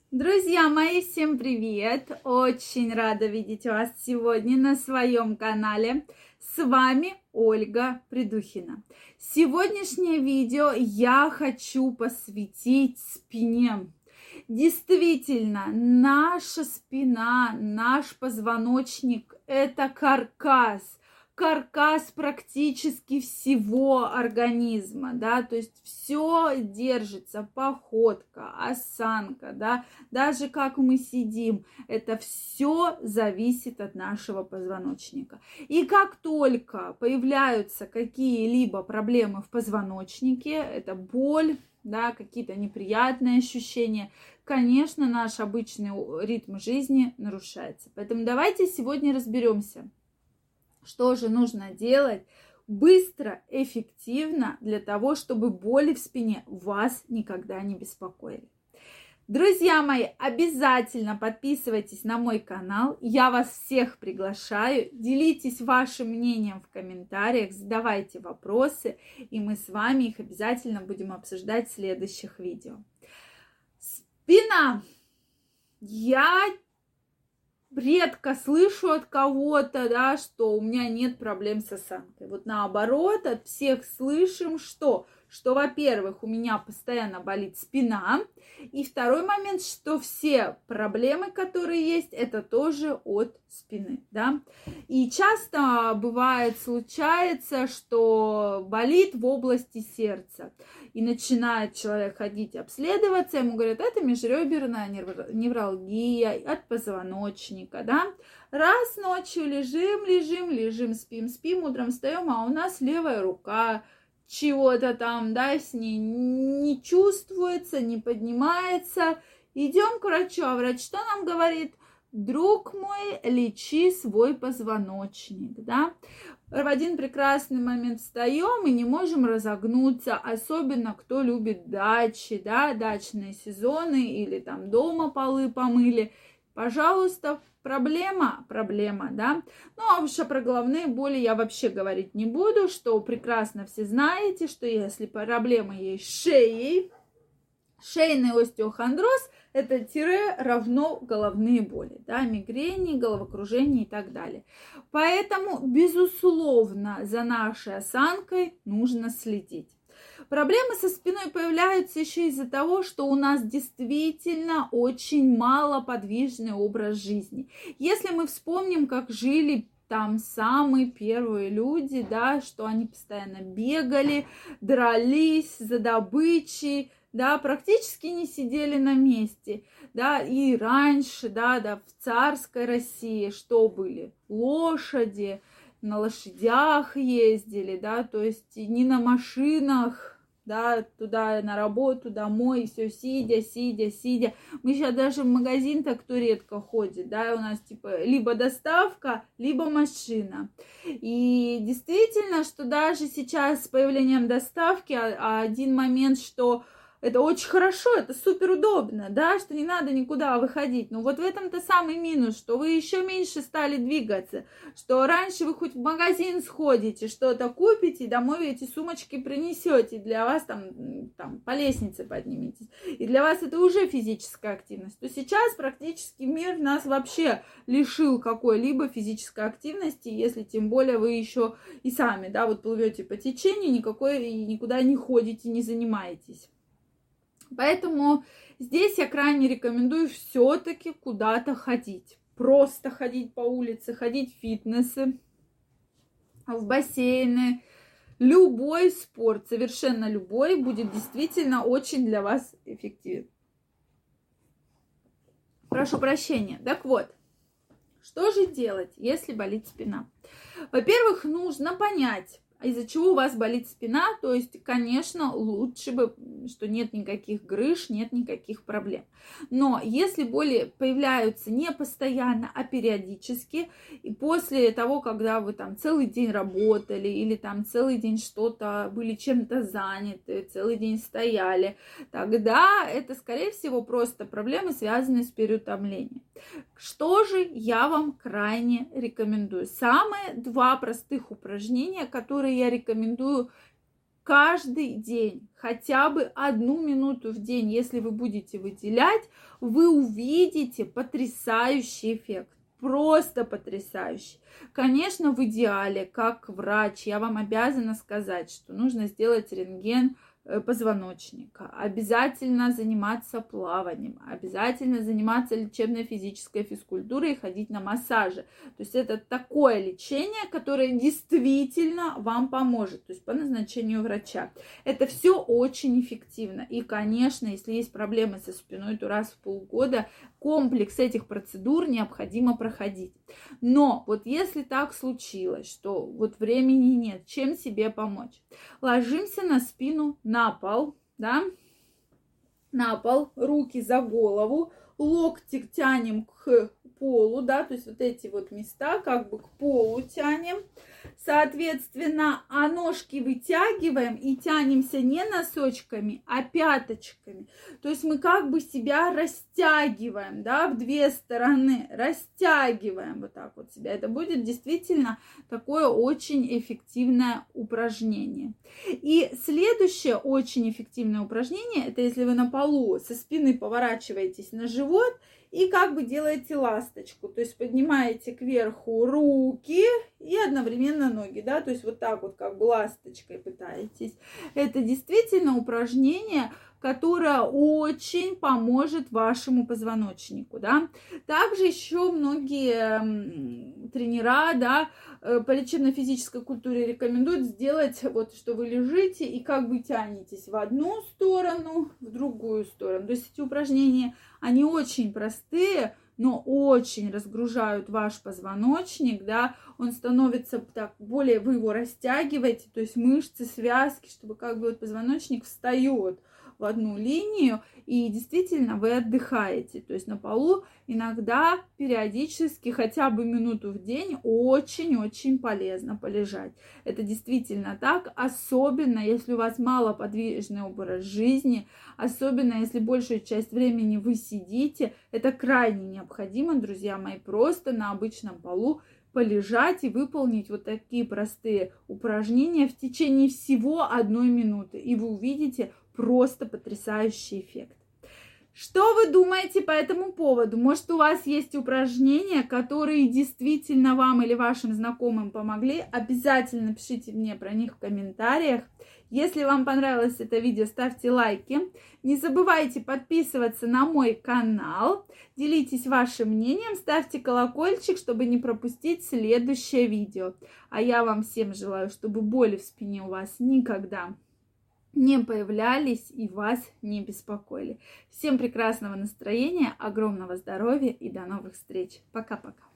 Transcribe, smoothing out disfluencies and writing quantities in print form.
Друзья мои, всем привет! Очень рада видеть вас сегодня на своем канале. С вами Ольга Придухина. Сегодняшнее видео я хочу посвятить спине. Действительно, наша спина, наш позвоночник – это каркас практически всего организма, да, то есть все держится, походка, осанка, да, даже как мы сидим, это все зависит от нашего позвоночника. И как только появляются какие-либо проблемы в позвоночнике, это боль, да, какие-то неприятные ощущения, конечно, наш обычный ритм жизни нарушается. Поэтому давайте сегодня разберемся, что же нужно делать быстро, эффективно для того, чтобы боли в спине вас никогда не беспокоили. Друзья мои, обязательно подписывайтесь на мой канал. Я вас всех приглашаю. Делитесь вашим мнением в комментариях, задавайте вопросы, и мы с вами их обязательно будем обсуждать в следующих видео. Спина. Я редко слышу от кого-то, да, что у меня нет проблем с осанкой. Вот наоборот, от всех слышим, что, во-первых, у меня постоянно болит спина, и второй момент, что все проблемы, которые есть, это тоже от спины, да. И часто случается, что болит в области сердца. И начинает человек ходить обследоваться, ему говорят, это межреберная невралгия от позвоночника, да. Раз ночью лежим, спим, утром встаем, а у нас левая рука чего-то там, да, с ней не чувствуется, не поднимается. Идем к врачу, а врач что нам говорит? Друг мой, лечи свой позвоночник, да. В один прекрасный момент встаем и не можем разогнуться, особенно кто любит дачи, да, дачные сезоны или там дома полы помыли. Пожалуйста, проблема, да. Ну, а уж про головные боли я вообще говорить не буду, что прекрасно все знаете, что если проблема есть с шеей, шейный остеохондроз – это тире равно головные боли, да, мигрени, головокружение и так далее. Поэтому, безусловно, за нашей осанкой нужно следить. Проблемы со спиной появляются еще из-за того, что у нас действительно очень малоподвижный образ жизни. Если мы вспомним, как жили там самые первые люди, да, что они постоянно бегали, дрались за добычей, да, практически не сидели на месте, да, и раньше, да, в царской России что были? Лошади, на лошадях ездили, да, то есть не на машинах, да, туда на работу, домой, все сидя. Мы сейчас даже в магазин-то кто редко ходит, да, у нас типа либо доставка, либо машина. И действительно, что даже сейчас с появлением доставки один момент, что это очень хорошо, это супер удобно, да, что не надо никуда выходить. Но вот в этом-то самый минус, что вы еще меньше стали двигаться, что раньше вы хоть в магазин сходите, что-то купите, домой эти сумочки принесете, для вас там по лестнице подниметесь, и для вас это уже физическая активность. То сейчас практически мир нас вообще лишил какой-либо физической активности, если тем более вы еще и сами, да, вот плывете по течению, никуда не ходите, не занимаетесь. Поэтому здесь я крайне рекомендую все-таки куда-то ходить. Просто ходить по улице, ходить в фитнесы, в бассейны. Любой спорт, совершенно любой, будет действительно очень для вас эффективен. Прошу прощения. Так вот, что же делать, если болит спина? Во-первых, нужно понять, из-за чего у вас болит спина, то есть, конечно, лучше бы, что нет никаких грыж, нет никаких проблем. Но если боли появляются не постоянно, а периодически, и после того, когда вы там целый день работали, или там целый день были чем-то заняты, целый день стояли, тогда это, скорее всего, просто проблемы, связанные с переутомлением. Что же я вам крайне рекомендую? Самые два простых упражнения, которые я рекомендую каждый день, хотя бы 1 минуту в день, если вы будете выделять, вы увидите потрясающий эффект. Просто потрясающий. Конечно, в идеале, как врач, я вам обязана сказать, что нужно сделать рентген позвоночника, обязательно заниматься плаванием, обязательно заниматься лечебной физической физкультурой и ходить на массажи. То есть это такое лечение, которое действительно вам поможет, то есть по назначению врача. Это все очень эффективно. И, конечно, если есть проблемы со спиной, то раз в полгода комплекс этих процедур необходимо проходить. Но вот если так случилось, что вот времени нет, чем себе помочь? Ложимся на спину, на пол, да, на пол, руки за голову, локти тянем к полу, да, то есть вот эти вот места как бы к полу тянем, соответственно, а ножки вытягиваем и тянемся не носочками, а пяточками, то есть мы как бы себя растягиваем, да, в две стороны, растягиваем вот так вот себя, это будет действительно такое очень эффективное упражнение. И следующее очень эффективное упражнение, это если вы на полу со спины поворачиваетесь на живот и как бы делаете ласточку, то есть поднимаете кверху руки и одновременно ноги, да, то есть вот так вот как бы ласточкой пытаетесь. Это действительно упражнение, которое очень поможет вашему позвоночнику, да. Также еще многие тренера, да, по лечебно-физической культуре рекомендуют сделать вот, что вы лежите и как бы тянетесь в одну сторону, в другую сторону. То есть эти упражнения, они очень простые, но очень разгружают ваш позвоночник, да, он становится так, более вы его растягиваете, то есть мышцы, связки, чтобы как бы вот позвоночник встает в одну линию, и действительно вы отдыхаете. То есть на полу иногда периодически, хотя бы минуту в день, очень-очень полезно полежать. Это действительно так, особенно если у вас малоподвижный образ жизни, особенно если большую часть времени вы сидите. Это крайне необходимо, друзья мои, просто на обычном полу полежать и выполнить вот такие простые упражнения в течение всего 1 минуты. И вы увидите просто потрясающий эффект. Что вы думаете по этому поводу? Может, у вас есть упражнения, которые действительно вам или вашим знакомым помогли? Обязательно пишите мне про них в комментариях. Если вам понравилось это видео, ставьте лайки. Не забывайте подписываться на мой канал. Делитесь вашим мнением, ставьте колокольчик, чтобы не пропустить следующее видео. А я вам всем желаю, чтобы боли в спине у вас никогда не появлялись и вас не беспокоили. Всем прекрасного настроения, огромного здоровья и до новых встреч. Пока-пока.